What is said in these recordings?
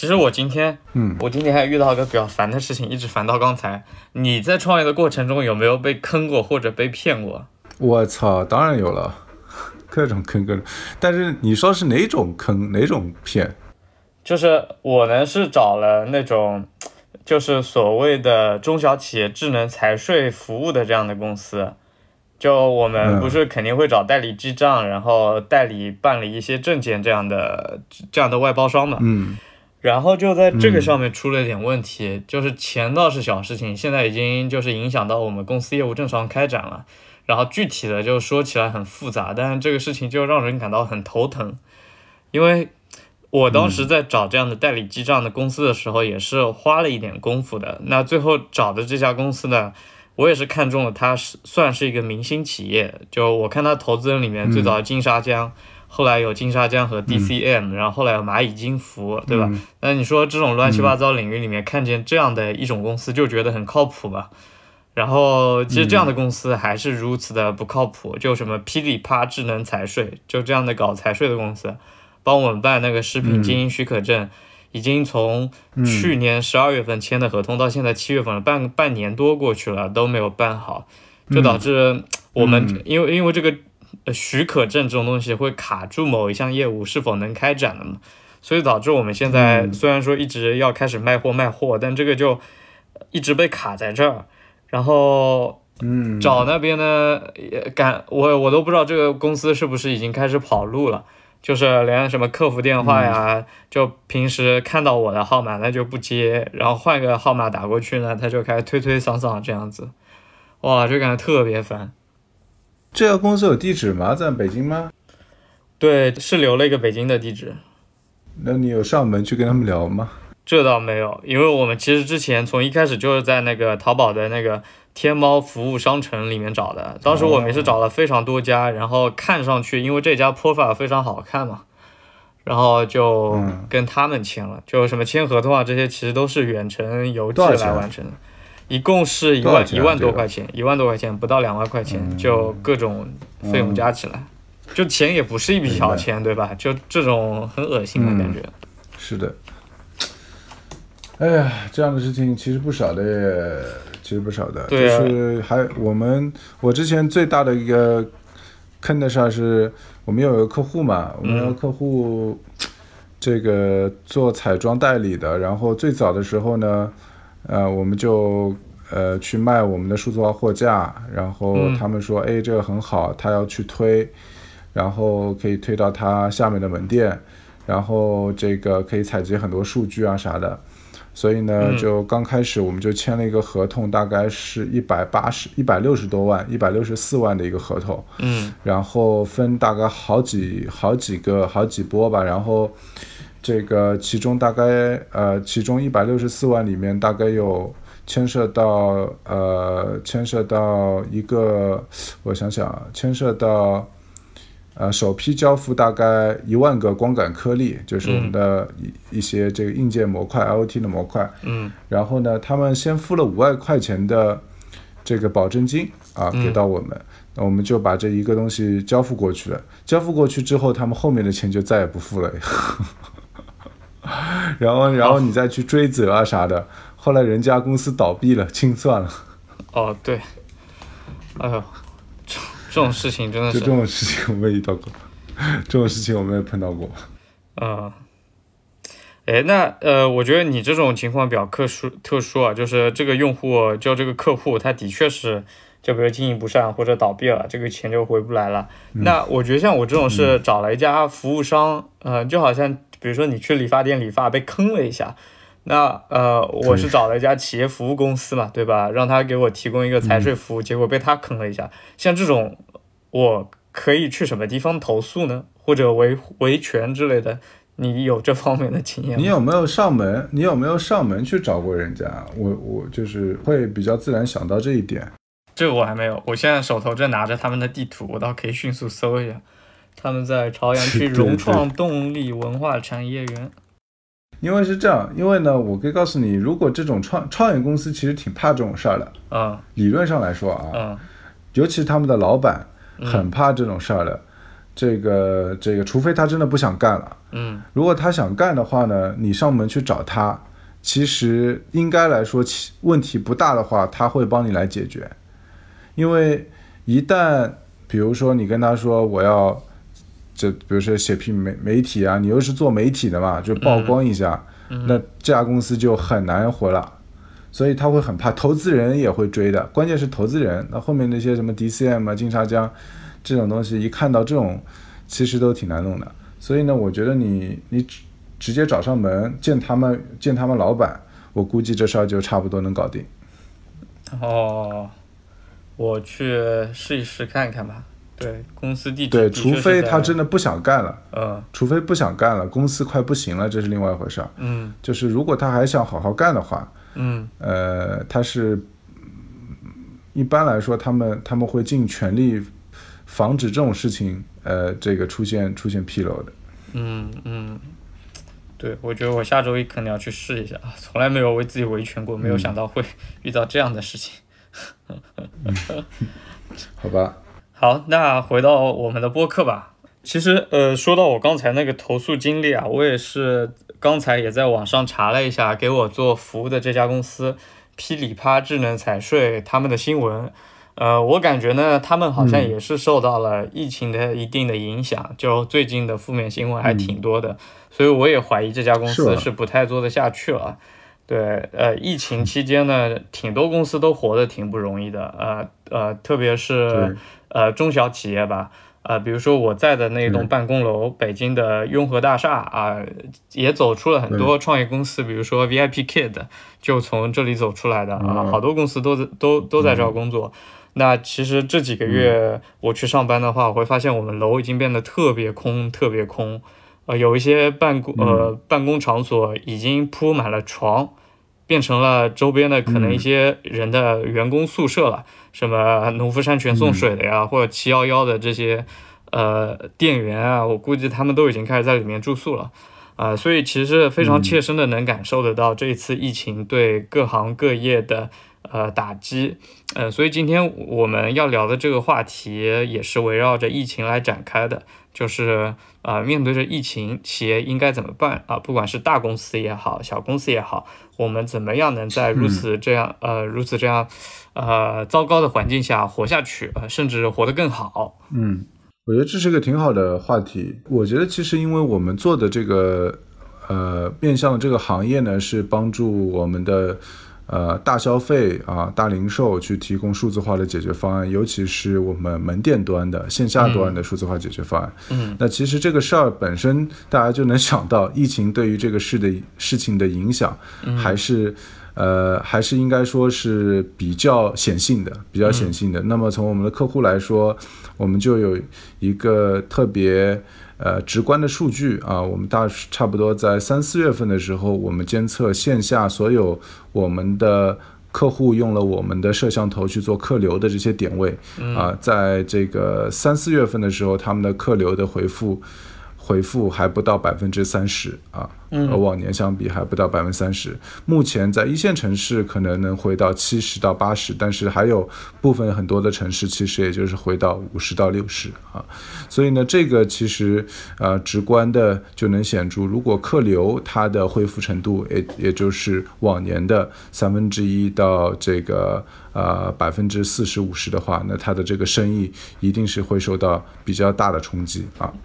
其实我今天还遇到一个比较烦的事情，一直烦到刚才。你在创业的过程中有没有被坑过或者被骗过？ 我操，当然有了，各种坑各种。但是你说是哪种坑，哪种骗？ 就是我呢是找了那种，就是所谓的中小企业智能财税服务的这样的公司。就我们不是肯定会找代理记账，然后代理办理一些证件这样的外包商嘛。然后就在这个上面出了一点问题，就是钱倒是小事情，现在已经就是影响到我们公司业务正常开展了。然后具体的就说起来很复杂，但是这个事情就让人感到很头疼，因为我当时在找这样的代理记账的公司的时候，也是花了一点功夫的。那最后找的这家公司呢，我也是看中了它算是一个明星企业，就我看它投资人里面最早的金沙江。后来有金沙江和 DCM，然后后来有蚂蚁金服，对吧？那你说这种乱七八糟领域里面看见这样的一种公司，就觉得很靠谱吧？然后其实这样的公司还是如此的不靠谱，就什么噼里啪智能财税，就这样的搞财税的公司，帮我们办那个食品经营许可证，已经从去年12月份签的合同到现在7月份了，半年多过去了都没有办好，就导致我们因为这个许可证这种东西会卡住某一项业务是否能开展的嘛，所以导致我们现在虽然说一直要开始卖货，但这个就一直被卡在这儿。然后找那边呢我都不知道这个公司是不是已经开始跑路了，就是连什么客服电话呀，就平时看到我的号码那就不接，然后换个号码打过去呢，他就开始推搡这样子。哇，就感觉特别烦。 这家公司有地址吗？在北京吗？ 对，是留了一个北京的地址。 那你有上门去跟他们聊吗？ 这倒没有，因为我们其实之前从一开始就是在那个淘宝的那个天猫服务商城里面找的，当时我们也是找了非常多家，然后看上去因为这家 profile 非常好看嘛，然后就跟他们签了，就什么签合同啊这些其实都是远程邮寄来完成的。一共是一万多块钱，1万多块钱，不到2万块钱，就各种费用加起来，就钱也不是一笔小钱，对吧？就这种很恶心的感觉。 是的。哎呀，这样的事情其实不少的耶， 对啊， 就是我之前最大的一个坑的事儿是，我们有一个客户嘛，我们有个客户这个做彩妆代理的，然后最早的时候呢，我们就去卖我们的数字化货架，然后他们说，哎，这个很好，他要去推，然后可以推到他下面的门店，然后这个可以采集很多数据啊啥的。所以呢，就刚开始我们就签了一个合同，大概是160多万，164万的一个合同，然后分大概好几波吧，然后这个其中164万里面大概有牵涉到一个，我想想，牵涉到首批交付大概1万个光感颗粒，就是我们的一些这个硬件模块 IoT 的模块，然后呢他们先付了5万块钱的这个保证金给到我们，那我们就把这一个东西交付过去了，交付过去之后他们后面的钱就再也不付了然后你再去追责啊啥的，后来人家公司倒闭了，清算了。 哦，对，哎呦，这种事情真的是， 就这种事情我们也遇到过，这种事情我们也碰到过。 那我觉得你这种情况比较特殊啊，就是这个用户就这个客户他的确是，就比如经营不善或者倒闭了，这个钱就回不来了。那我觉得像我这种是找了一家服务商，就好像比如说你去理发店理发被坑了一下。那我是找了一家企业服务公司嘛，对吧？让他给我提供一个财税服务，结果被他坑了一下。像这种，我可以去什么地方投诉呢？或者维权之类的？你有这方面的经验吗？ 你有没有上门去找过人家？我就是会比较自然想到这一点。 这个我还没有，我现在手头正拿着他们的地图，我倒可以迅速搜一下。他们在朝阳区融创动力文化产业园。 因为是这样，因为呢，我可以告诉你，如果这种创业公司其实挺怕这种事儿的，理论上来说啊，尤其他们的老板很怕这种事儿的， 除非他真的不想干了，如果他想干的话呢，你上门去找他，其实应该来说问题不大的话，他会帮你来解决。因为一旦比如说你跟他说我要比如说写批媒体啊，你又是做媒体的嘛，就曝光一下，那这家公司就很难活了。所以他会很怕，投资人也会追的，关键是投资人，那后面那些什么 DCM 啊、金沙江这种东西，一看到这种其实都挺难弄的。所以呢，我觉得你直接找上门见他们老板，我估计这事儿就差不多能搞定。 我去试一试看看吧。对，公司地址对，除非他真的不想干了，除非不想干了，公司快不行了，这是另外一回事。就是如果他还想好好干的话，他是一般来说他们会尽全力防止这种事情这个出现纰漏的。 对，我觉得我下周一可能要去试一下，从来没有为自己维权过，没有想到会遇到这样的事情。 好吧。 好，那回到我们的播客吧。其实说到我刚才那个投诉经历啊，我也是刚才也在网上查了一下，给我做服务的这家公司噼里啪智能财税他们的新闻。我感觉呢，他们好像也是受到了疫情的一定的影响，就最近的负面新闻还挺多的，所以我也怀疑这家公司是不太做得下去了。对，疫情期间呢，挺多公司都活得挺不容易的，特别是中小企业吧，比如说我在的那栋办公楼，北京的雍和大厦啊，也走出了很多创业公司，比如说 VIP Kid 就从这里走出来的啊，好多公司都在这儿工作。那其实这几个月我去上班的话，我会发现我们楼已经变得特别空，有一些办公场所已经铺满了床，变成了周边的可能一些人的员工宿舍了，什么农夫山泉送水的呀，或者711的这些店员啊，我估计他们都已经开始在里面住宿了所以其实非常切身的能感受得到这一次疫情对各行各业的打击。所以今天我们要聊的这个话题也是围绕着疫情来展开的，就是面对着疫情，企业应该怎么办不管是大公司也好，小公司也好，我们怎么样能在如此这样糟糕的环境下活下去，甚至活得更好。 我觉得这是个挺好的话题。我觉得其实因为我们做的这个面向的这个行业呢，是帮助我们的大消费大零售去提供数字化的解决方案，尤其是我们门店端的线下端的数字化解决方案。那其实这个事儿本身大家就能想到，疫情对于这个事情的影响还是应该说是比较显性的。那么从我们的客户来说，我们就有一个特别直观的数据我们差不多在3-4月份的时候，我们监测线下所有我们的客户用了我们的摄像头去做客流的这些点位在这个3-4月份的时候，他们的客流的回复还不到30%和往年相比还不到30%。目前在一线城市可能能回到70%到80%，但是还有部分很多的城市其实也就是回到50%到60%所以呢，这个其实直观的就能显著，如果客流它的恢复程度也就是往年的1/3到这个40%-50%的话，那它的这个生意一定是会受到比较大的冲击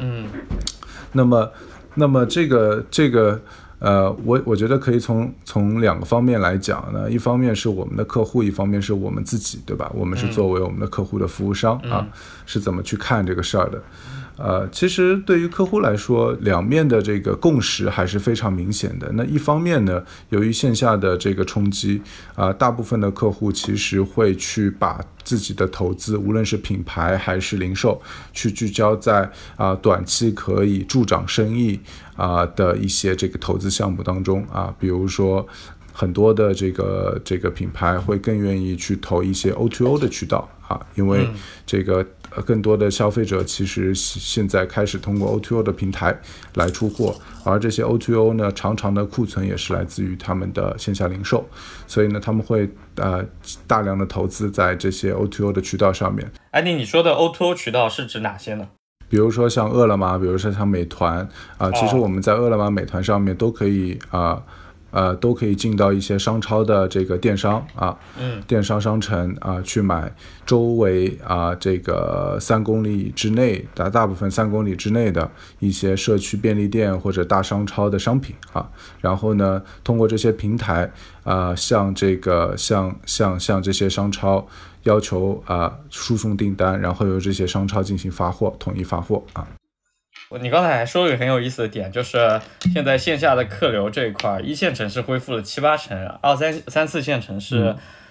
那么这个我觉得可以从2个方面来讲呢，一方面是我们的客户，一方面是我们自己，对吧？我们是作为我们的客户的服务商是怎么去看这个事儿的。其实对于客户来说，两面的这个共识还是非常明显的。那一方面呢，由于线下的这个冲击大部分的客户其实会去把自己的投资，无论是品牌还是零售，去聚焦在短期可以助长生意的一些这个投资项目当中比如说很多的这个品牌会更愿意去投一些 O2O 的渠道因为这个更多的消费者其实现在开始通过 O2O 的平台来出货，而这些 O2O 呢，常常的库存也是来自于他们的线下零售，所以呢，他们会大量的投资在这些 O2O 的渠道上面。 安迪，你说的 O2O 渠道是指哪些呢？ 比如说像饿了么，比如说像美团其实我们在饿了么、美团上面都可以都可以进到一些商超的这个电商电商商城去买周围这个3公里之内的大部分3公里之内的一些社区便利店或者大商超的商品然后呢，通过这些平台向这些商超要求输送订单，然后由这些商超进行发货，统一发货你刚才还说了一个很有意思的点，就是现在线下的客流这一块，1线城市恢复了7、8成，2、3、4线城市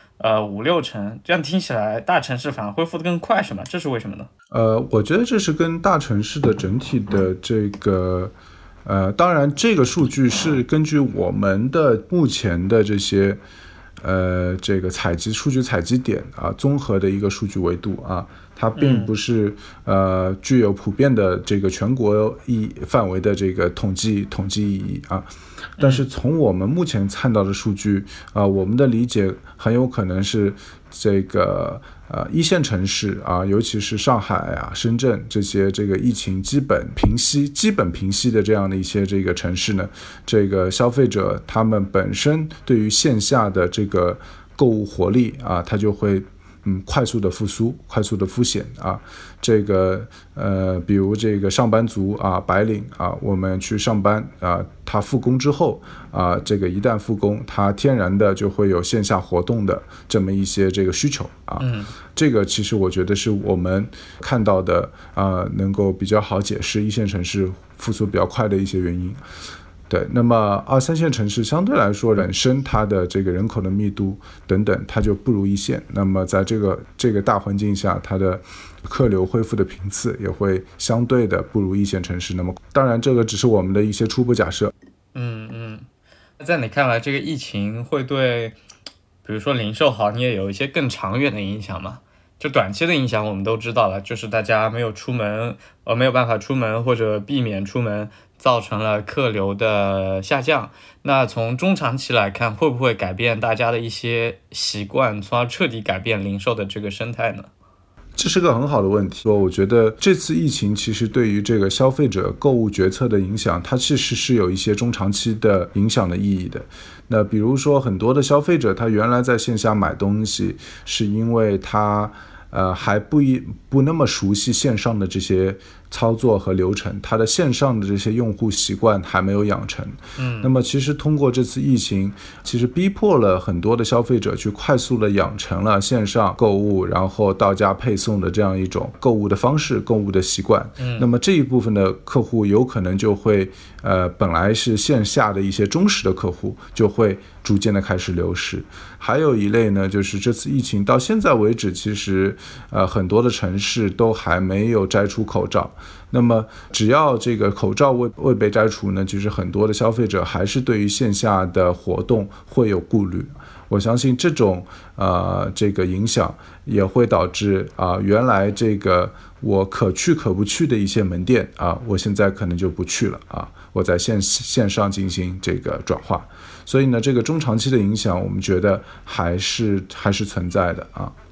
5、6成，这样听起来大城市反而恢复的更快，是吗？这是为什么呢？ 我觉得这是跟大城市的整体的这个当然这个数据是根据我们的目前的这些这个数据采集点综合的一个数据维度它并不是具有普遍的这个全国范围的这个统计意义但是从我们目前看到的数据我们的理解很有可能是这个1线城市尤其是上海深圳这些这个疫情基本平息的这样的一些这个城市呢，这个消费者他们本身对于线下的这个购物活力它就会快速的复苏，快速的复显这个比如这个上班族白领我们去上班他复工之后这个一旦复工，他天然的就会有线下活动的这么一些这个需求这个其实我觉得是我们看到的能够比较好解释1线城市复苏比较快的一些原因。对，那么2、3线城市相对来说本身它的这个人口的密度等等它就不如1线，那么在这个大环境下，它的客流恢复的频次也会相对的不如1线城市。那么当然这个只是我们的一些初步假设。 在你看来这个疫情会对比如说零售行业有一些更长远的影响吗？就短期的影响我们都知道了，就是大家没有办法出门或者避免出门，造成了客流的下降。那从中长期来看，会不会改变大家的一些习惯，从而彻底改变零售的这个生态呢？ 这是个很好的问题。我觉得这次疫情其实对于这个消费者购物决策的影响，它其实是有一些中长期的影响的意义的。那比如说很多的消费者他原来在线下买东西，是因为他还不那么熟悉线上的这些操作和流程，它的线上的这些用户习惯还没有养成。那么其实通过这次疫情，其实逼迫了很多的消费者去快速的养成了线上购物，然后到家配送的这样一种购物的方式、购物的习惯。那么这一部分的客户有可能就会本来是线下的一些忠实的客户就会逐渐的开始流失。还有一类呢，就是这次疫情到现在为止，其实很多的城市都还没有摘除口罩。那么只要这个口罩未被摘除呢，其实很多的消费者还是对于线下的活动会有顾虑。我相信这种这个影响也会导致原来这个我可去可不去的一些门店我现在可能就不去了我在线上进行这个转化。所以呢，这个中长期的影响我们觉得还是存在的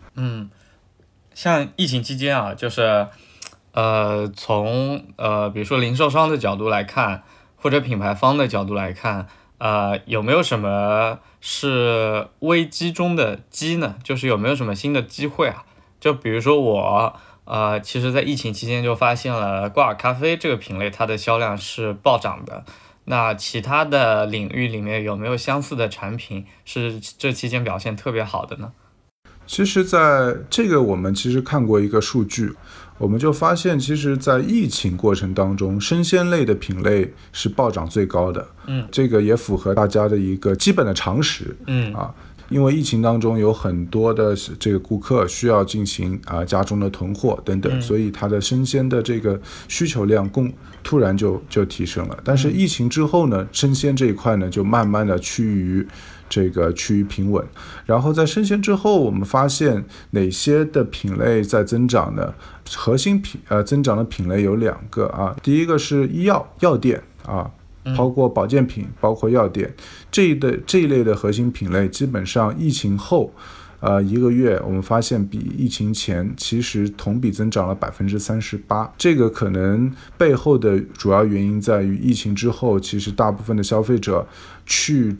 像疫情期间就是从比如说零售商的角度来看，或者品牌方的角度来看，有没有什么是危机中的机呢？就是有没有什么新的机会就比如说我其实在疫情期间就发现了挂耳咖啡这个品类它的销量是暴涨的。那其他的领域里面有没有相似的产品是这期间表现特别好的呢？ 其实在这个我们其实看过一个数据，我们就发现其实在疫情过程当中，生鲜类的品类是暴涨最高的。这个也符合大家的一个基本的常识。因为疫情当中有很多的这个顾客需要进行家中的囤货等等，所以它的生鲜的这个需求量突然就提升了。但是疫情之后呢，生鲜这一块呢就慢慢的趋于平稳。然后在生鲜之后，我们发现哪些的品类在增长呢？核心增长的品类有2个第一个是医药店包括保健品，包括药店这一类的核心品类，基本上疫情后一个月，我们发现比疫情前其实同比增长了38%。这个可能背后的主要原因在于疫情之后，其实大部分的消费者去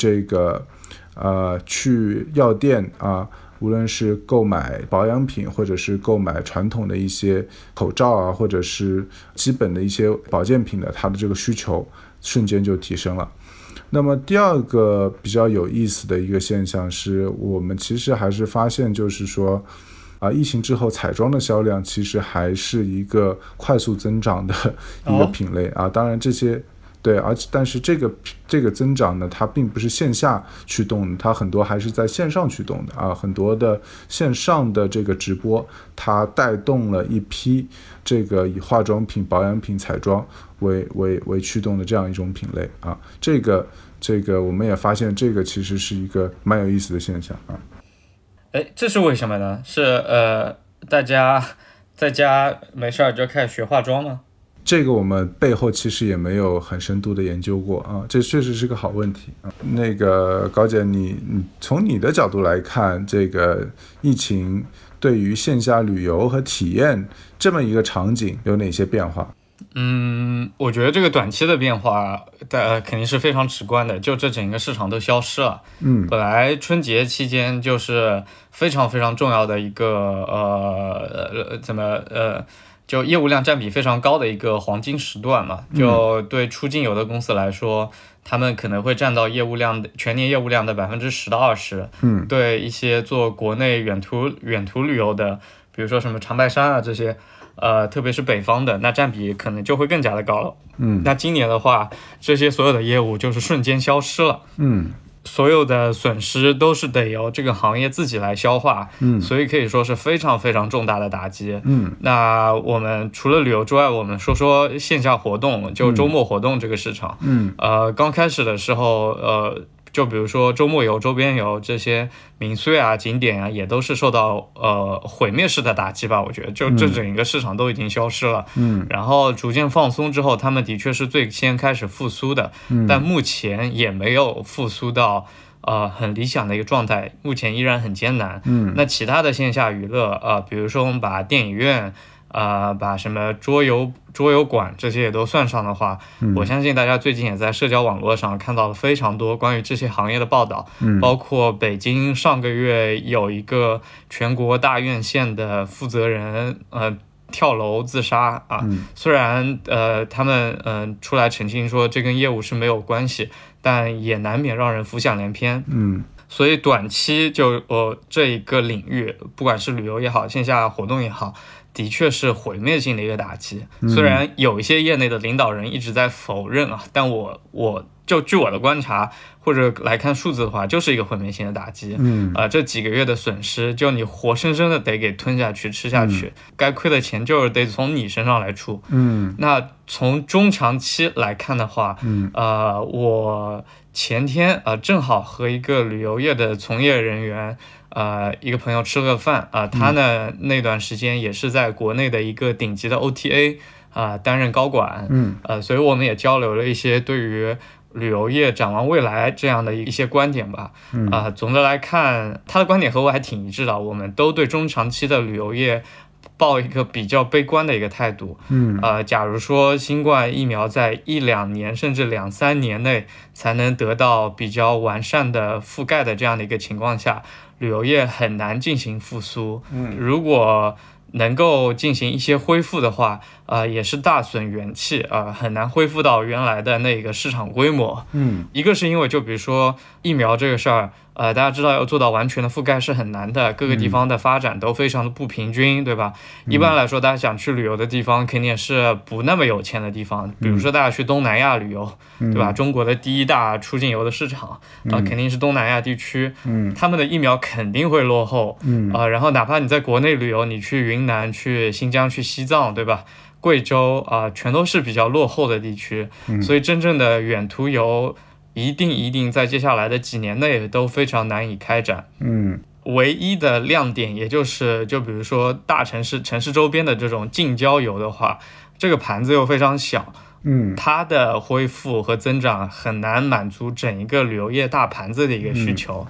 去药店啊，无论是购买保养品，或者是购买传统的一些口罩啊，或者是基本的一些保健品的，它的这个需求瞬间就提升了。那么第二个比较有意思的一个现象是，我们其实还是发现，就是说疫情之后彩妆的销量其实还是一个快速增长的一个品类啊。当然这些对，但是这个增长呢，它并不是线下驱动的，它很多还是在线上驱动的啊。很多的线上的这个直播，它带动了一批这个以化妆品、保养品、彩妆为驱动的这样一种品类啊。这个我们也发现，这个其实是一个蛮有意思的现象啊。 这是为什么呢？是大家在家没事就开始学化妆吗？ 这个我们背后其实也没有很深度的研究过啊，这确实是个好问题啊。那个高姐，你从你的角度来看，这个疫情对于线下旅游和体验这么一个场景有哪些变化？ 我觉得这个短期的变化肯定是非常直观的，就这整个市场都消失了。本来春节期间就是非常非常重要的一个就业务量占比非常高的一个黄金时段嘛，就对出境游的公司来说，他们可能会占到全年业务量的10%到20%。对一些做国内远途旅游的，比如说什么长白山啊这些，特别是北方的，那占比可能就会更加的高了。那今年的话，这些所有的业务就是瞬间消失了。所有的损失都是得由这个行业自己来消化，所以可以说是非常非常重大的打击。那我们除了旅游之外，我们说说线下活动，就周末活动这个市场。刚开始的时候，就比如说周末游、周边游这些民宿啊、景点啊，也都是受到毁灭式的打击吧。我觉得就这整个市场都已经消失了。然后逐渐放松之后，他们的确是最先开始复苏的，但目前也没有复苏到很理想的一个状态，目前依然很艰难。那其他的线下娱乐比如说我们把电影院把什么桌游馆这些也都算上的话，我相信大家最近也在社交网络上看到了非常多关于这些行业的报道。包括北京上个月有一个全国大院线的负责人跳楼自杀啊。虽然他们出来澄清说这跟业务是没有关系，但也难免让人浮想联翩。所以短期就这一个领域，不管是旅游也好，线下活动也好，的确是毁灭性的一个打击。虽然有一些业内的领导人一直在否认但我就据我的观察或者来看数字的话，就是一个毁灭性的打击。这几个月的损失，就你活生生的得给吞下去吃下去，该亏的钱就是得从你身上来出。那从中长期来看的话，我前天正好和一个旅游业的从业人员一个朋友吃了个饭他呢那段时间也是在国内的一个顶级的 OTA 担任高管。所以我们也交流了一些对于旅游业展望未来这样的一些观点吧。总的来看，他的观点和我还挺一致的，我们都对中长期的旅游业抱一个比较悲观的一个态度。假如说新冠疫苗在1-2年甚至2-3年内才能得到比较完善的覆盖的这样的一个情况下，旅游业很难进行复苏。如果能够进行一些恢复的话，也是大损元气很难恢复到原来的那个市场规模。一个是因为就比如说疫苗这个事儿，大家知道要做到完全的覆盖是很难的，各个地方的发展都非常的不平均，对吧？一般来说，大家想去旅游的地方肯定也是不那么有钱的地方，比如说大家去东南亚旅游，对吧？中国的第一大出境游的市场肯定是东南亚地区。他们的疫苗肯定会落后。然后哪怕你在国内旅游，你去云南、去新疆、去西藏，对吧？贵州全都是比较落后的地区。所以真正的远途游一定在接下来的几年内都非常难以开展。唯一的亮点也就是比如说大城市周边的这种近郊游的话，这个盘子又非常小。它的恢复和增长很难满足整一个旅游业大盘子的一个需求。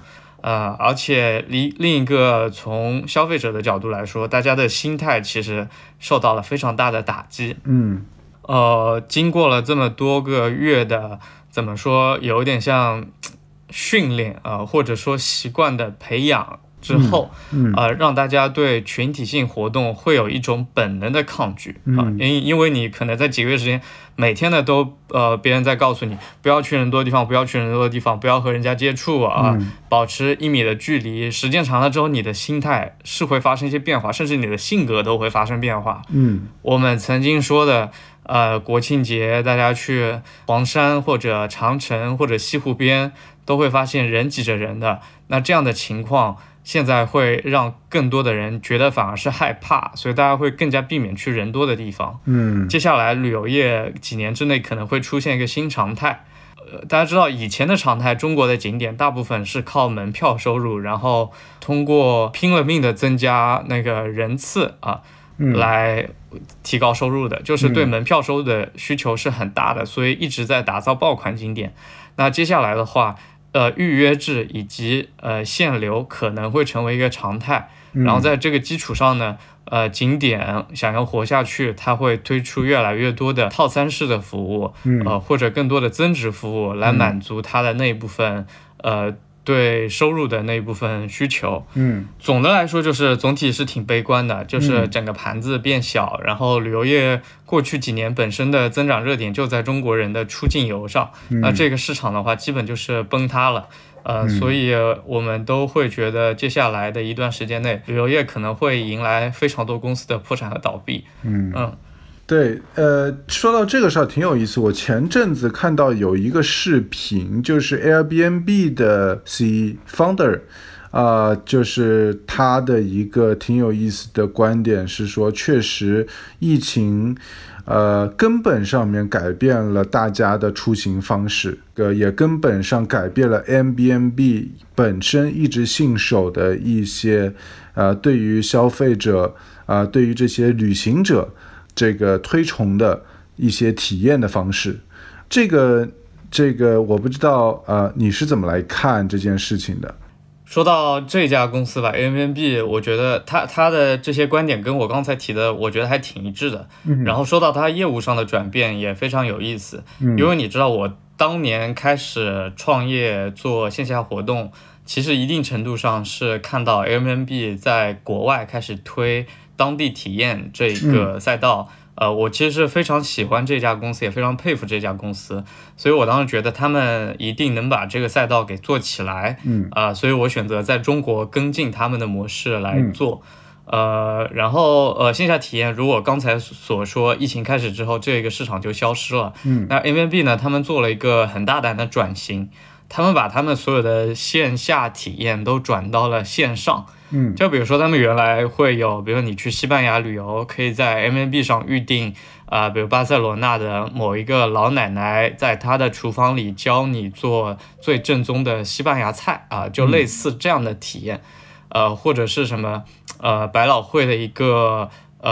而且另一个从消费者的角度来说，大家的心态其实受到了非常大的打击。经过了这么多个月的怎么说，有一点像训练或者说习惯的培养之后，让大家对群体性活动会有一种本能的抗拒因为你可能在几个月时间，每天呢都别人在告诉你不要去人多的地方，不要去人多的地方，不要和人家接触保持1米的距离。时间长了之后，你的心态是会发生一些变化，甚至你的性格都会发生变化。我们曾经说的国庆节大家去黄山或者长城或者西湖边，都会发现人挤着人的，那这样的情况现在会让更多的人觉得反而是害怕，所以大家会更加避免去人多的地方。接下来旅游业几年之内可能会出现一个新常态。大家知道以前的常态，中国的景点大部分是靠门票收入，然后通过拼了命的增加那个人次来提高收入的，就是对门票收入的需求是很大的，所以一直在打造爆款景点。那接下来的话，预约制以及限流可能会成为一个常态，然后在这个基础上呢，景点想要活下去，它会推出越来越多的套餐式的服务，或者更多的增值服务来满足它的那一部分对收入的那一部分需求。总的来说就是总体是挺悲观的，就是整个盘子变小，然后旅游业过去几年本身的增长热点就在中国人的出境游上，那这个市场的话基本就是崩塌了。所以我们都会觉得接下来的一段时间内，旅游业可能会迎来非常多公司的破产和倒闭。 对，说到这个事儿挺有意思。我前阵子看到有一个视频，就是 Airbnb 的 founder，就是他的一个挺有意思的观点是说，确实疫情根本上面改变了大家的出行方式，也根本上改变了 Airbnb 本身一直信守的一些对于消费者对于这些旅行者这个推崇的一些体验的方式。这个我不知道你是怎么来看这件事情的。 说到这家公司吧 Airbnb， 我觉得他的这些观点跟我刚才提的我觉得还挺一致的。然后说到他业务上的转变也非常有意思。因为你知道我当年开始创业做线下活动，其实一定程度上是看到 Airbnb 在国外开始推当地体验这个赛道。我其实是非常喜欢这家公司，也非常佩服这家公司，所以我当时觉得他们一定能把这个赛道给做起来。所以我选择在中国跟进他们的模式来做。然后线下体验，如果刚才所说疫情开始之后这个市场就消失了。那 Airbnb 呢，他们做了一个很大胆的转型，他们把他们所有的线下体验都转到了线上。就比如说他们原来会有，比如你去西班牙旅游，可以在 Airbnb 上预定比如巴塞罗那的某一个老奶奶在她的厨房里教你做最正宗的西班牙菜就类似这样的体验。或者是什么百老汇的一个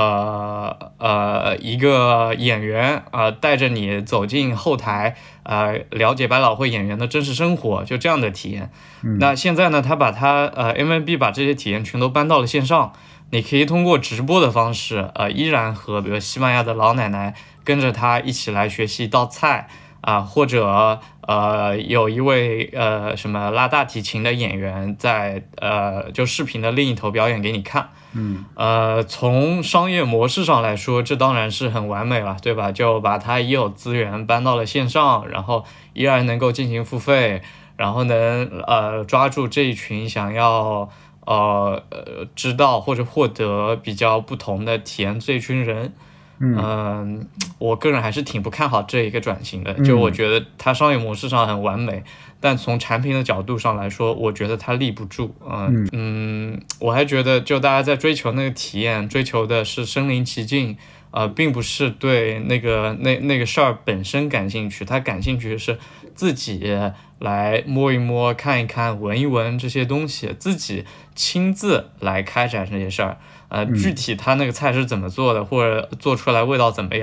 演员带着你走进后台了解百老汇演员的真实生活，就这样的体验。那现在呢，他把Airbnb 把这些体验全都搬到了线上，你可以通过直播的方式依然和比如西班牙的老奶奶跟着他一起来学习一道菜或者有一位什么拉大提琴的演员在就视频的另一头表演给你看。从商业模式上来说，这当然是很完美了，对吧？就把它已有资源搬到了线上，然后依然能够进行付费，然后能抓住这一群想要知道或者获得比较不同的体验这一群人。我个人还是挺不看好这一个转型的，就我觉得它商业模式上很完美，但从产品的角度上来说，我觉得它立不住。我还觉得就大家在追求那个体验，追求的是身临其境，并不是对那个事儿本身感兴趣，他感兴趣的是自己来摸一摸、看一看、闻一闻这些东西，自己亲自来开展这些事儿。具体他那个菜是怎么做的，或者做出来味道怎么样，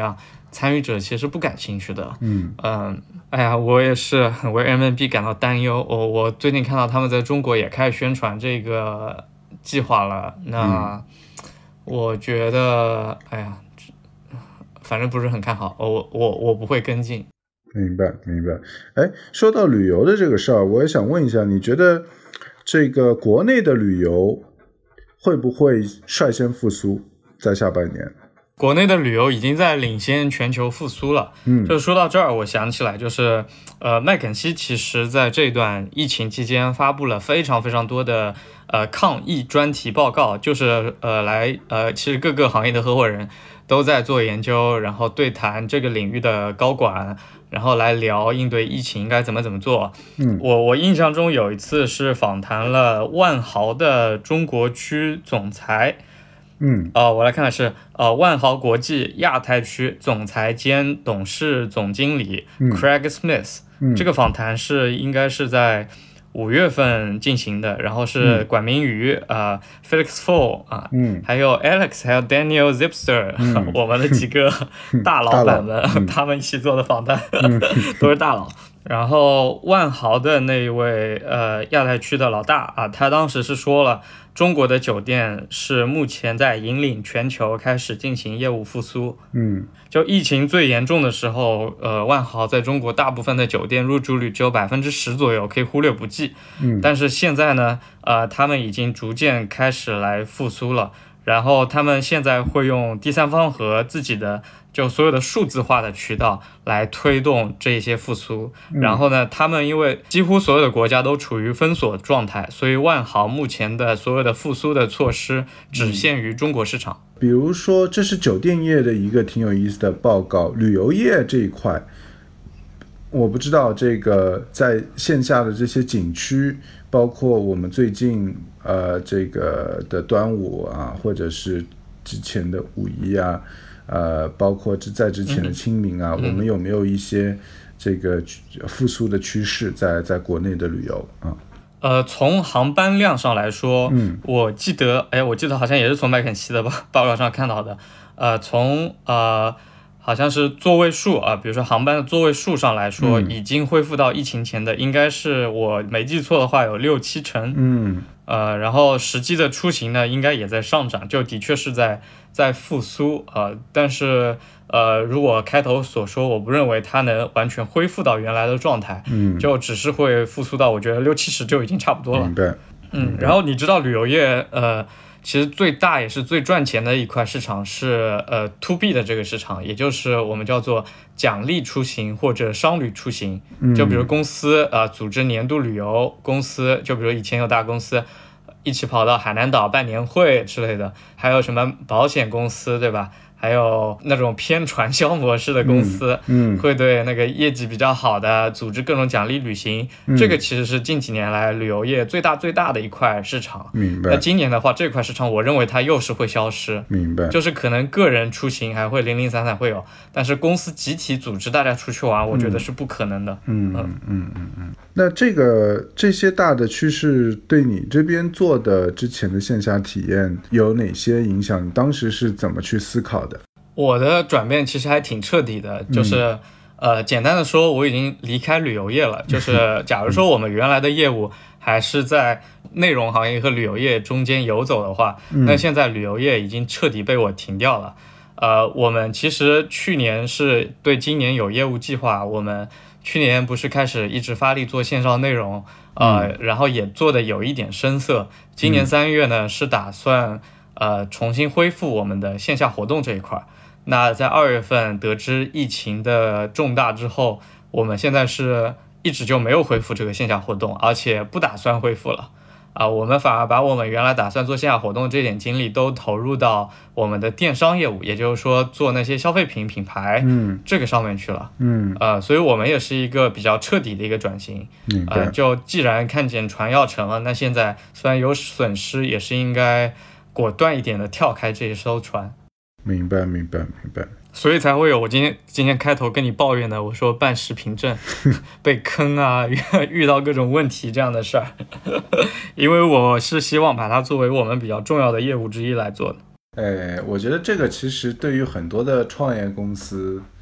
参与者其实不感兴趣的。哎呀，我也是很为 MNB 感到担忧。我最近看到他们在中国也开始宣传这个计划了，那我觉得，哎呀，反正不是很看好，我不会跟进。 明白。哎，说到旅游的这个事儿，我也想问一下，你觉得这个国内的旅游会不会率先复苏在下半年？ 国内的旅游已经在领先全球复苏了。就是说到这儿，我想起来，就是麦肯锡其实在这段疫情期间发布了非常非常多的抗疫专题报告，就是其实各个行业的合伙人都在做研究，然后对谈这个领域的高管，然后来聊应对疫情应该怎么做。我印象中有一次是访谈了万豪的中国区总裁。我来看看是万豪国际亚太区总裁兼董事总经理 Craig Smith。这个访谈应该是在5月份进行的，然后是管明宇Felix Fo 还有 Alex 还有 Daniel Zipster 我们的几个大老板们他们一起做的访谈都是大佬。然后万豪的那一位亚太区的老大他当时是说了，中国的酒店是目前在引领全球开始进行业务复苏。就疫情最严重的时候，万豪在中国大部分的酒店入住率只有10%左右，可以忽略不计。但是现在呢，他们已经逐渐开始来复苏了。然后他们现在会用第三方和自己的就所有的数字化的渠道来推动这些复苏。然后呢，他们因为几乎所有的国家都处于封锁状态，所以万豪目前的所有的复苏的措施只限于中国市场。 比如说，这是酒店业的一个挺有意思的报告，旅游业这一块，我不知道这个在线下的这些景区，包括我们最近这个的端午或者是之前的五一包括在之前的清明我们有没有一些这个复苏的趋势在国内的旅游从航班量上来说，我记得好像也是从麦肯锡的报告上看到的，从好像是座位数比如说航班的座位数上来说，已经恢复到疫情前的，应该是我没记错的话有6-7成。然后实际的出行呢，应该也在上涨，就的确是在复苏但是如果开头所说，我不认为它能完全恢复到原来的状态，就只是会复苏到我觉得60-70就已经差不多了。 明白。 然后你知道旅游业其实最大也是最赚钱的一块市场是to B 的这个市场，也就是我们叫做奖励出行或者商旅出行。就比如公司组织年度旅游，公司就比如以前有大公司一起跑到海南岛办年会之类的，还有什么保险公司对吧，还有那种偏传销模式的公司会对那个业绩比较好的组织各种奖励旅行。这个其实是近几年来旅游业最大的一块市场。 明白。 那今年的话，这块市场我认为它又是会消失。 明白。 就是可能个人出行还会零零散散会有，但是公司集体组织大家出去玩，我觉得是不可能的。 那这些大的趋势对你这边做的之前的线下体验有哪些影响？你当时是怎么去思考的？ 我的转变其实还挺彻底的，就是简单的说，我已经离开旅游业了。就是假如说我们原来的业务还是在内容行业和旅游业中间游走的话，那现在旅游业已经彻底被我停掉了。我们其实去年是对今年有业务计划，我们去年不是开始一直发力做线上内容然后也做的有一点生涩。今年3月呢是打算重新恢复我们的线下活动这一块。那在2月份得知疫情的重大之后，我们现在是一直就没有恢复这个线下活动，而且不打算恢复了我们反而把我们原来打算做线下活动这点精力都投入到我们的电商业务，也就是说做那些消费品品牌这个上面去了。所以我们也是一个比较彻底的一个转型。就既然看见船要沉了，那现在虽然有损失，也是应该果断一点的跳开这一艘船。 明白。 所以才会有我今天开头跟你抱怨的，我说办视频证被坑遇到各种问题这样的事儿因为我是希望把它作为我们比较重要的业务之一来做的。 我觉得这个其实对于很多的创业公司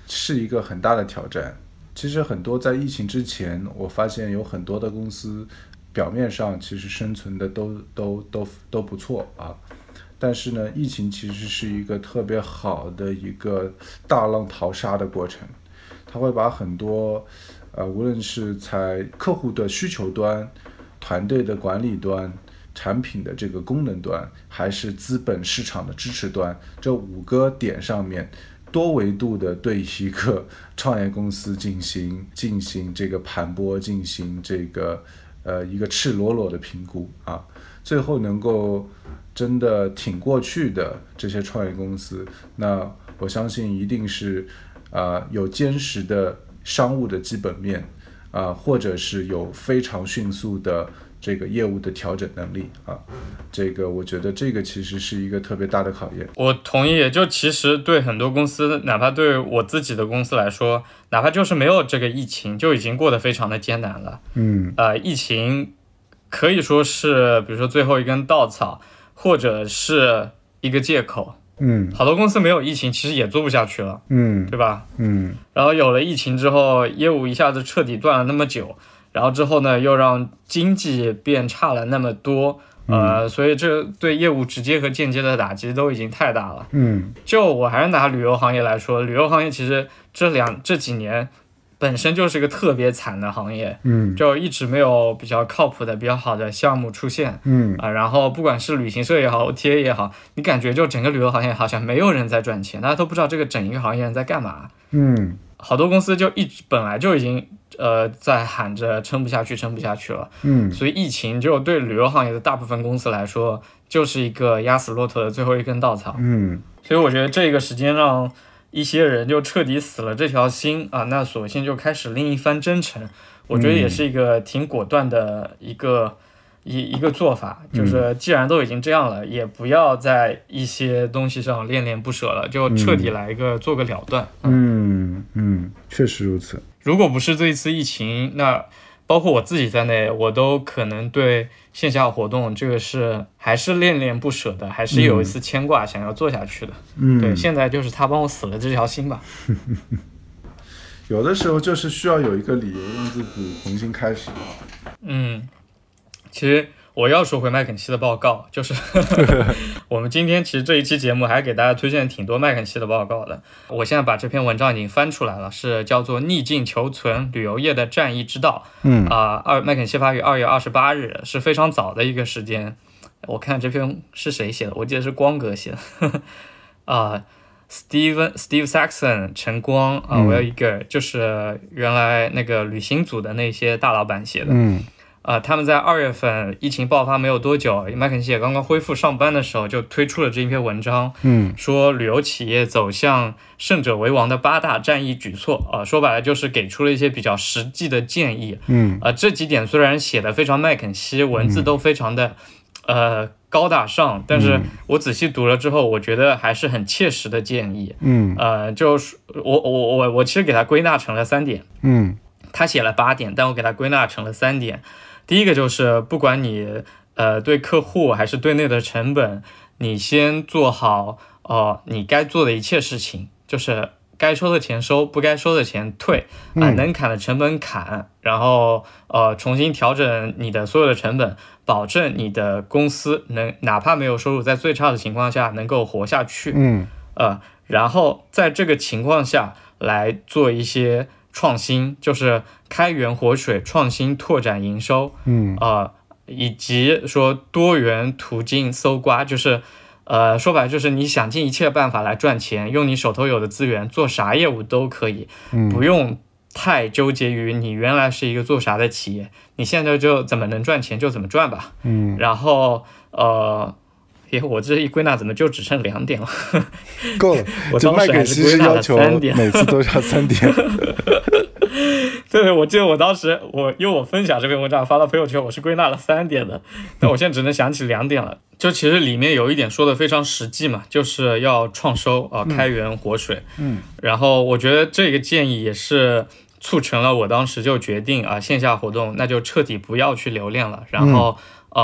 是一个很大的挑战。其实很多在疫情之前，我发现有很多的公司表面上其实生存的都不错啊，但是呢，疫情其实是一个特别好的一个大浪淘沙的过程，它会把很多无论是在客户的需求端、团队的管理端、产品的这个功能端，还是资本市场的支持端，这5个点上面多维度的对一个创业公司进行这个盘剥，进行这个一个赤裸裸的评估啊，最后能够真的挺过去的这些创业公司，那我相信一定是有坚实的商务的基本面或者是有非常迅速的这个业务的调整能力啊，这个我觉得这个其实是一个特别大的考验。 我同意，就其实对很多公司，哪怕对我自己的公司来说，哪怕就是没有这个疫情，就已经过得非常的艰难了。疫情可以说是比如说最后一根稻草，或者是一个借口。好多公司没有疫情其实也做不下去了，对吧？然后有了疫情之后，业务一下子彻底断了那么久，然后之后呢又让经济变差了那么多，所以这对业务直接和间接的打击都已经太大了。就我还是拿旅游行业来说，旅游行业其实这几年本身就是一个特别惨的行业，就一直没有比较靠谱的、比较好的项目出现，然后不管是旅行社也好 ，OTA 也好，你感觉就整个旅游行业好像没有人在赚钱，大家都不知道这个整一个行业人在干嘛，好多公司就本来就已经在喊着撑不下去了，所以疫情就对旅游行业的大部分公司来说就是一个压死骆驼的最后一根稻草，所以我觉得这个时间让一些人就彻底死了这条心啊，那索性就开始另一番征程，我觉得也是一个挺果断的一个做法，就是既然都已经这样了，也不要在一些东西上恋恋不舍了，就彻底来做个了断。 确实如此。 如果不是这一次疫情，那包括我自己在内，我都可能对线下活动这个是还是恋恋不舍的，还是有一丝牵挂想要做下去的。对，现在就是他帮我死了这条心吧。 有的时候就是需要有一个理由让自己重新开始。 其实我要说回麦肯锡的报告，就是我们今天其实这一期节目还给大家推荐挺多麦肯锡的报告的。我现在把这篇文章已经翻出来了，是叫做《逆境求存：旅游业的战役之道》。麦肯锡发于2月28日，是非常早的一个时间。我看这篇是谁写的，我记得是光哥写的。Steve Saxon 陈光我有一个就是原来那个旅行组的那些大老板写的。他们在2月份疫情爆发没有多久，麦肯锡也刚刚恢复上班的时候，就推出了这一篇文章，说旅游企业走向胜者为王的8大战役举措，说白了就是给出了一些比较实际的建议。这几点虽然写的非常麦肯锡，文字都非常的高大上，但是我仔细读了之后，我觉得还是很切实的建议。就是我其实给它归纳成了3点。他写了8点，但我给它归纳成了3点。第一个就是不管你对客户还是对内的成本，你先做好你该做的一切事情，就是该收的钱收，不该收的钱退，能砍的成本砍，然后重新调整你的所有的成本，保证你的公司哪怕没有收入，在最差的情况下能够活下去。然后在这个情况下来做一些创新，就是开源活水，创新拓展营收，以及说多元途径搜刮，就是说白了就是你想尽一切办法来赚钱，用你手头有的资源做啥业务都可以，不用太纠结于你原来是一个做啥的企业，你现在就怎么能赚钱就怎么赚吧。然后我这一归纳怎么就只剩2点了？ 够了， 我当时还是归纳了3点， 每次都要3点。 对，我记得我当时因为我分享这篇文章发到朋友圈，我是归纳了3点的，但我现在只能想起2点了。就其实里面有一点说的非常实际嘛，就是要创收开源活水。然后我觉得这个建议也是促成了我当时就决定线下活动那就彻底不要去留恋了，然后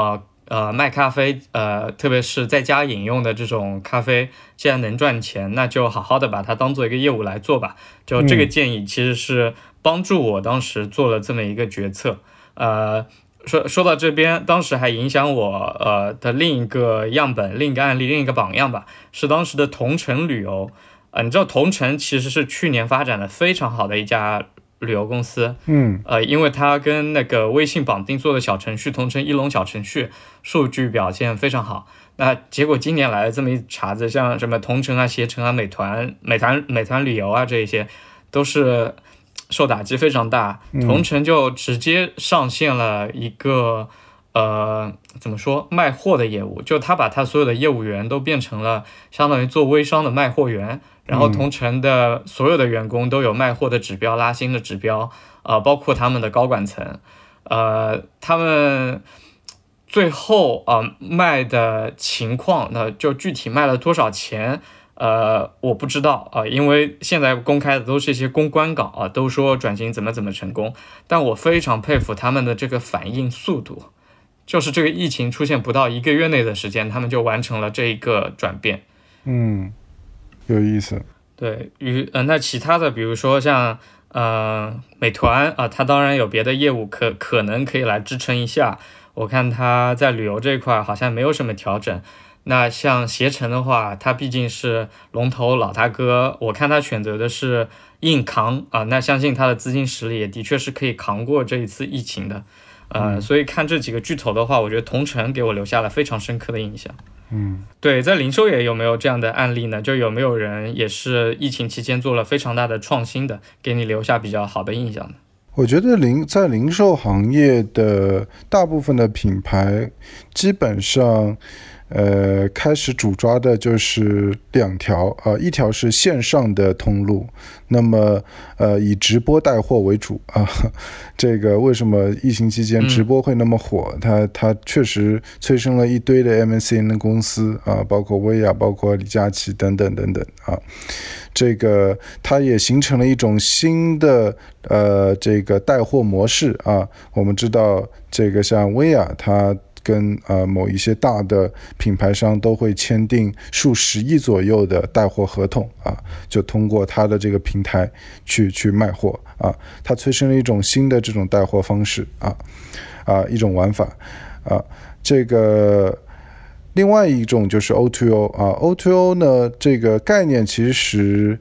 卖咖啡，特别是在家饮用的这种咖啡，既然能赚钱，那就好好的把它当做一个业务来做吧。就这个建议其实是帮助我当时做了这么一个决策。说到这边，当时还影响我的另一个样本、另一个案例、另一个榜样吧，是当时的同程旅游。你知道同程其实是去年发展的非常好的一家旅游公司，因为它跟那个微信绑定做的小程序同程一龙小程序数据表现非常好。那结果今年来了这么一茬子，像什么同程啊、携程啊、美团旅游啊，这一些都是受打击非常大。同程就直接上线了一个怎么说卖货的业务，就他把他所有的业务员都变成了相当于做微商的卖货员。然后同程的所有的员工都有卖货的指标、拉新的指标，包括他们的高管层，他们最后卖的情况，那就具体卖了多少钱，我不知道因为现在公开的都是一些公关稿都说转型怎么成功，但我非常佩服他们的这个反应速度，就是这个疫情出现不到1个月内的时间，他们就完成了这一个转变。 有意思。 对那其他的比如说像美团它当然有别的业务可能可以来支撑一下，我看它在旅游这一块好像没有什么调整。那像携程的话，它毕竟是龙头老大哥，我看它选择的是硬扛那相信它的资金实力也的确是可以扛过这一次疫情的。所以看这几个巨头的话，我觉得同程给我留下了非常深刻的印象。对，在零售业有没有这样的案例呢？就有没有人也是疫情期间做了非常大的创新的，给你留下比较好的印象呢？ 我觉得在零售行业的大部分的品牌基本上开始主抓的就是2条一条是线上的通路，那么以直播带货为主这个为什么疫情期间直播会那么火？它确实催生了一堆的 MCN 的公司包括薇娅、包括李佳琦等等等等这个它也形成了一种新的这个带货模式我们知道这个像薇娅，它跟某一些大的品牌商都会签订数十亿左右的带货合同就通过它的这个平台去卖货它催生了一种新的这种带货方式一种玩法这个另外一种就是 O2O O2O 呢，这个概念其实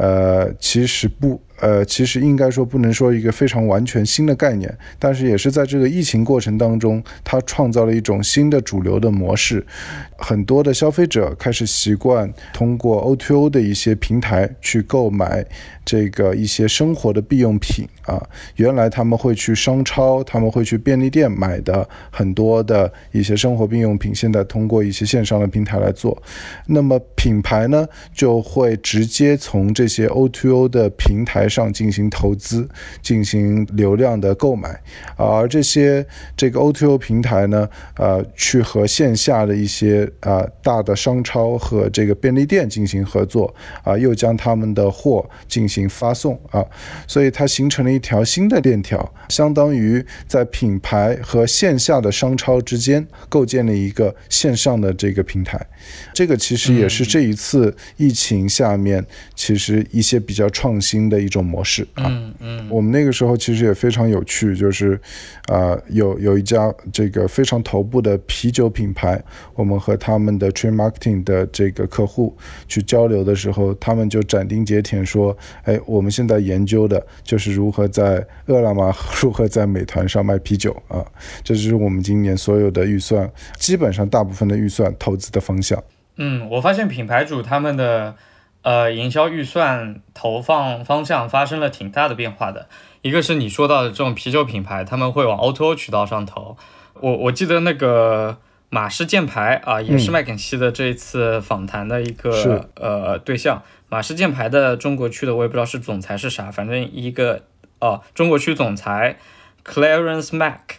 应该说不能说一个非常完全新的概念，但是也是在这个疫情过程当中，它创造了一种新的主流的模式。很多的消费者开始习惯通过 O2O 的一些平台去购买这个一些生活的必用品原来他们会去商超，他们会去便利店买的很多的一些生活必用品，现在通过一些线上的平台来做。那么品牌呢，就会直接从这些 O2O 的平台上进行投资，进行流量的购买而这个 O2O 平台呢去和线下的一些大的商超和这个便利店进行合作又将他们的货进行发送所以它形成了一条新的链条，相当于在品牌和线下的商超之间构建了一个线上的这个平台。这个其实也是这一次疫情下面其实一些比较创新的一种模式我们那个时候其实也非常有趣，就是有一家这个非常头部的啤酒品牌，我们和他们的 trade marketing 的这个客户去交流的时候，他们就斩钉截铁说我们现在研究的就是如何在饿了么如何在美团上卖啤酒这就是我们今年所有的预算，基本上大部分的预算投资的方向。 我发现品牌主他们的营销预算投放方向发生了挺大的变化的。一个是你说到的这种啤酒品牌，他们会往 O2O 渠道上投。我记得那个马氏箭牌也是麦肯锡的这一次访谈的一个对象。马氏箭牌的中国区的我也不知道是总裁是啥，反正一个中国区总裁 Clarence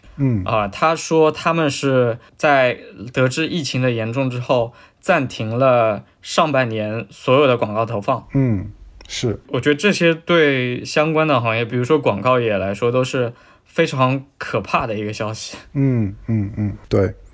Mack他说他们是在得知疫情的严重之后暂停了上半年所有的广告投放。 是， 我觉得这些对相关的行业，比如说广告业来说，都是非常可怕的一个消息。 对，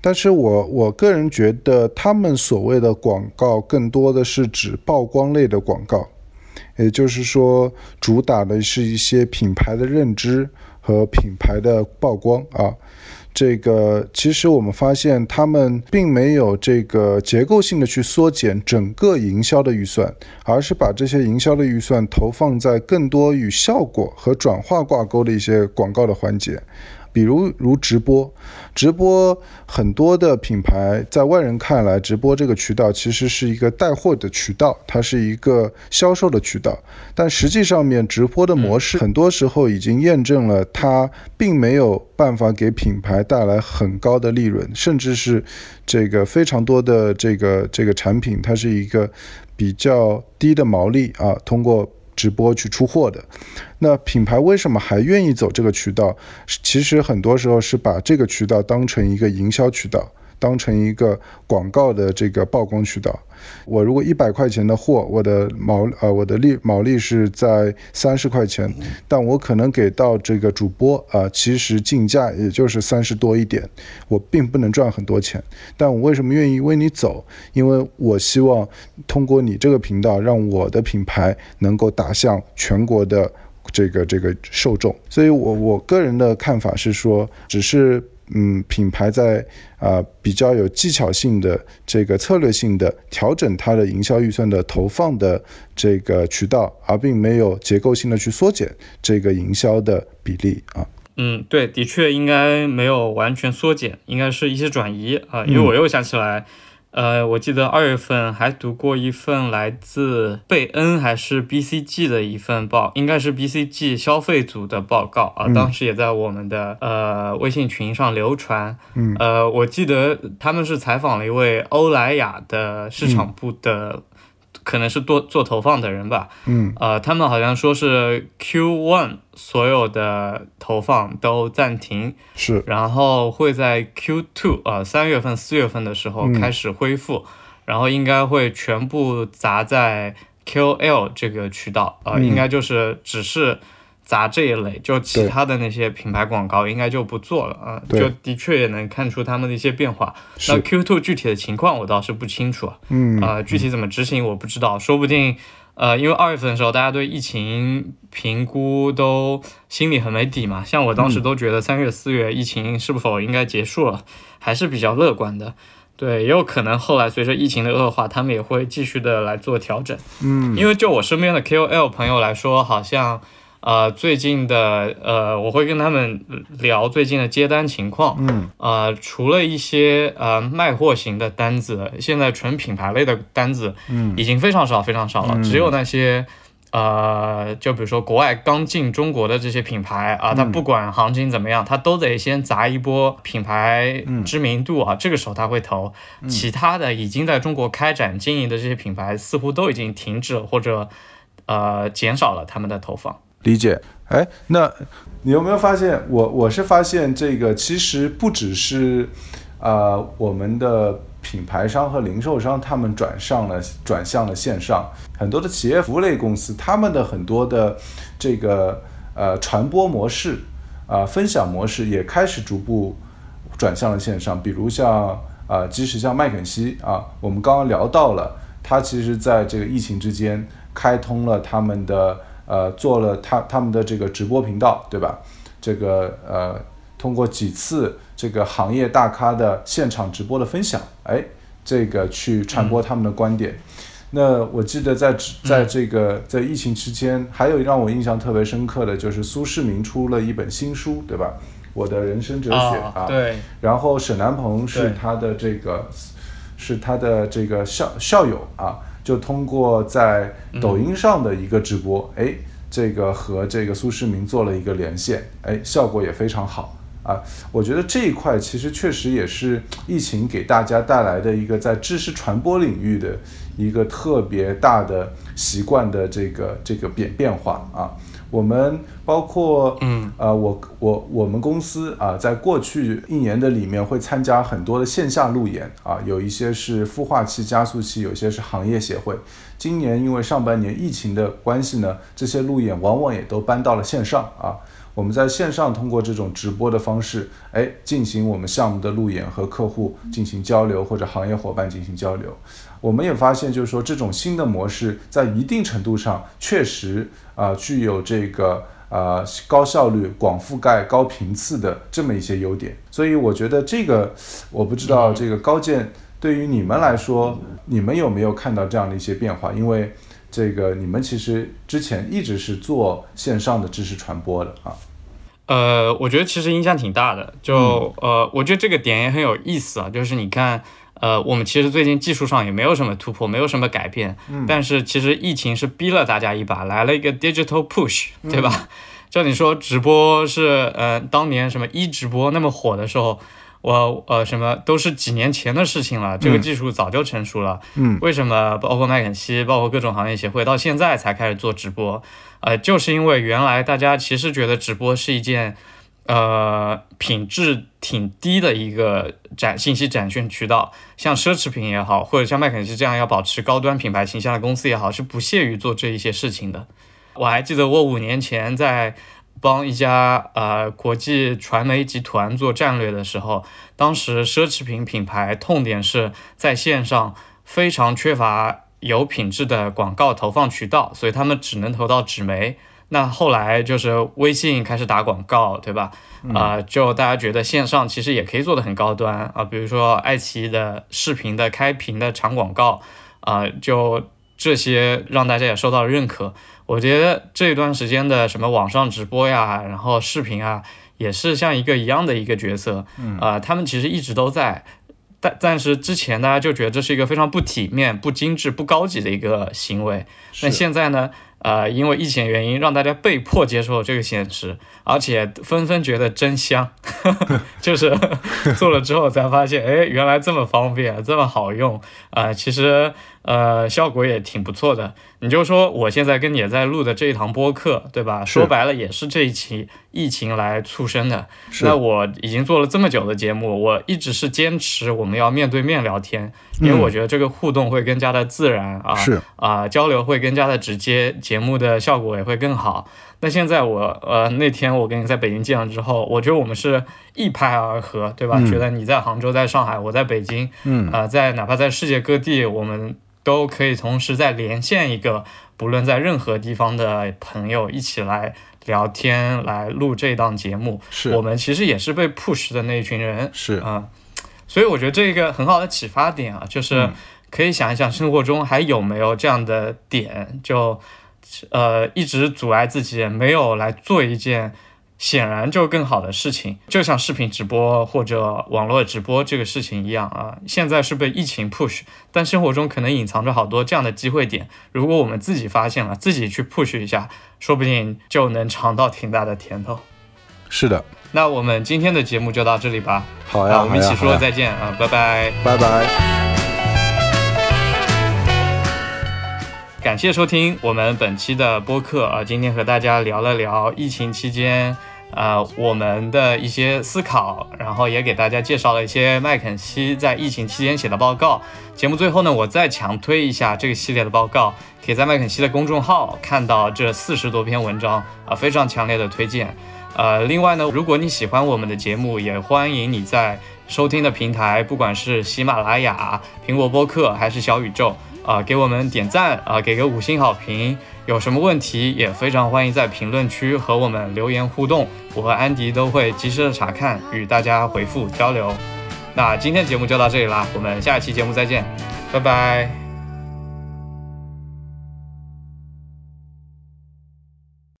但是我个人觉得他们所谓的广告更多的是指曝光类的广告，也就是说主打的是一些品牌的认知和品牌的曝光啊。这个其实我们发现他们并没有这个结构性的去缩减整个营销的预算，而是把这些营销的预算投放在更多与效果和转化挂钩的一些广告的环节。比如直播很多的品牌在外人看来，直播这个渠道其实是一个带货的渠道，它是一个销售的渠道，但实际上面直播的模式很多时候已经验证了它并没有办法给品牌带来很高的利润，甚至是这个非常多的这个产品它是一个比较低的毛利啊，通过直播去出货的。那品牌为什么还愿意走这个渠道？其实很多时候是把这个渠道当成一个营销渠道，当成一个广告的这个曝光渠道。我如果100块钱的货，我的毛利是在30块钱，但我可能给到这个主播其实进价也就是30多一点，我并不能赚很多钱。但我为什么愿意为你走？因为我希望通过你这个频道，让我的品牌能够打向全国的这个受众。所以我个人的看法是说，只是品牌在比较有技巧性的这个策略性的调整它的营销预算的投放的这个渠道，而并没有结构性的去缩减这个营销的比例啊。 对，的确应该没有完全缩减，应该是一些转移啊。因为我又想起来，我记得2月份还读过一份来自贝恩还是 BCG 的一份应该是 BCG 消费组的报告啊，当时也在我们的微信群上流传。我记得他们是采访了一位欧莱雅的市场部的，可能是做投放的人吧。他们好像说是 Q1 所有的投放都暂停， 是，然后会在 Q2 3月份4月份的时候开始恢复，然后应该会全部砸在 KOL 这个渠道应该就是只是砸这一类，就其他的那些品牌广告应该就不做了就的确也能看出他们的一些变化。那 Q2 具体的情况我倒是不清楚具体怎么执行我不知道，说不定因为2月份的时候大家对疫情评估都心里很没底嘛，像我当时都觉得3月4月疫情是否应该结束了，还是比较乐观的。对，也有可能后来随着疫情的恶化，他们也会继续的来做调整。因为就我身边的 KOL 朋友来说，好像最近的我会跟他们聊最近的接单情况。除了一些卖货型的单子，现在纯品牌类的单子已经非常少非常少了，只有那些就比如说国外刚进中国的这些品牌它不管行情怎么样，它都得先砸一波品牌知名度这个时候它会投。其他的已经在中国开展经营的这些品牌似乎都已经停止了，或者减少了他们的投放。 理解。那你有没有发现，我是发现这个其实不只是我们的品牌商和零售商他们转向了线上，很多的企业服务类公司他们的很多的这个传播模式分享模式也开始逐步转向了线上。比如像即使像麦肯锡我们刚刚聊到了，他其实在这个疫情之间开通了他们的做了他们的这个直播频道，对吧？这个通过几次这个行业大咖的现场直播的分享，这个去传播他们的观点。那我记得在疫情期间，还有让我印象特别深刻的就是苏世民出了一本新书，对吧？我的人生哲学对。 然后沈南鹏是他的这个校友就通过在抖音上的一个直播，这个和这个苏世民做了一个连线，效果也非常好我觉得这一块其实确实也是疫情给大家带来的一个在知识传播领域的一个特别大的习惯的这个变化我们包括我们公司在过去1年的里面会参加很多的线下路演有一些是孵化器加速器，有些是行业协会。今年因为上半年疫情的关系呢，这些路演往往也都搬到了线上我们在线上通过这种直播的方式，进行我们项目的路演和客户进行交流，或者行业伙伴进行交流。我们也发现，就是说这种新的模式在一定程度上确实具有这个高效率、广覆盖、高频次的这么一些优点。所以我觉得这个，我不知道这个高健对于你们来说，你们有没有看到这样的一些变化？因为这个你们其实之前一直是做线上的知识传播的啊。 我觉得其实影响挺大的。我觉得这个点也很有意思啊，就是你看。我们其实最近技术上也没有什么突破，没有什么改变，但是其实疫情是逼了大家一把，来了一个 digital push， 对吧？就你说直播是当年什么直播那么火的时候，什么都是几年前的事情了，这个技术早就成熟了。为什么包括麦肯锡，包括各种行业协会到现在才开始做直播？就是因为原来大家其实觉得直播是一件品质挺低的一个信息展现渠道，像奢侈品也好，或者像麦肯锡这样要保持高端品牌形象的公司也好，是不屑于做这一些事情的。我还记得我5年前在帮一家国际传媒集团做战略的时候，当时奢侈品品牌痛点是在线上非常缺乏有品质的广告投放渠道，所以他们只能投到纸媒。那后来就是微信开始打广告，对吧？就大家觉得线上其实也可以做得很高端比如说爱奇艺的视频的开屏的长广告就这些让大家也受到了认可。我觉得这段时间的什么网上直播呀，然后视频也是像一样的一个角色。他们其实一直都在。但是之前大家就觉得这是一个非常不体面、不精致、不高级的一个行为。那现在呢？因为疫情原因，让大家被迫接受这个现实，而且纷纷觉得真香，就是做了之后才发现，原来这么方便，这么好用其实效果也挺不错的。你就说我现在跟你也在录的这一堂播客，对吧？说白了也是这一期疫情来促生的。那我已经做了这么久的节目，我一直是坚持我们要面对面聊天，因为我觉得这个互动会更加的自然交流会更加的直接，节目的效果也会更好。那现在那天我跟你在北京见了之后，我觉得我们是一拍而合，对吧？觉得你在杭州，在上海，我在北京，哪怕在世界各地，我们都可以同时在连线一个不论在任何地方的朋友一起来聊天，来录这档节目。我们其实也是被 push 的那一群人。所以我觉得这一个很好的启发点就是可以想一想生活中还有没有这样的点，就一直阻碍自己没有来做一件显然就更好的事情，就像视频直播或者网络直播这个事情一样现在是被疫情 push， 但生活中可能隐藏着好多这样的机会点，如果我们自己发现了，自己去 push 一下，说不定就能尝到挺大的甜头。 是的， 那我们今天的节目就到这里吧。 好呀， 我们一起说再见拜拜， 拜拜。 感谢收听我们本期的播客今天和大家聊了聊疫情期间我们的一些思考，然后也给大家介绍了一些麦肯锡在疫情期间写的报告。节目最后呢，我再强推一下这个系列的报告，可以在麦肯锡的公众号看到这40多篇文章非常强烈的推荐。另外呢，如果你喜欢我们的节目，也欢迎你在收听的平台，不管是喜马拉雅、苹果播客还是小宇宙给我们点赞给个5星好评。有什么问题也非常欢迎在评论区和我们留言互动，我和安迪都会及时的查看，与大家回复交流。那今天节目就到这里啦，我们下一期节目再见，拜拜。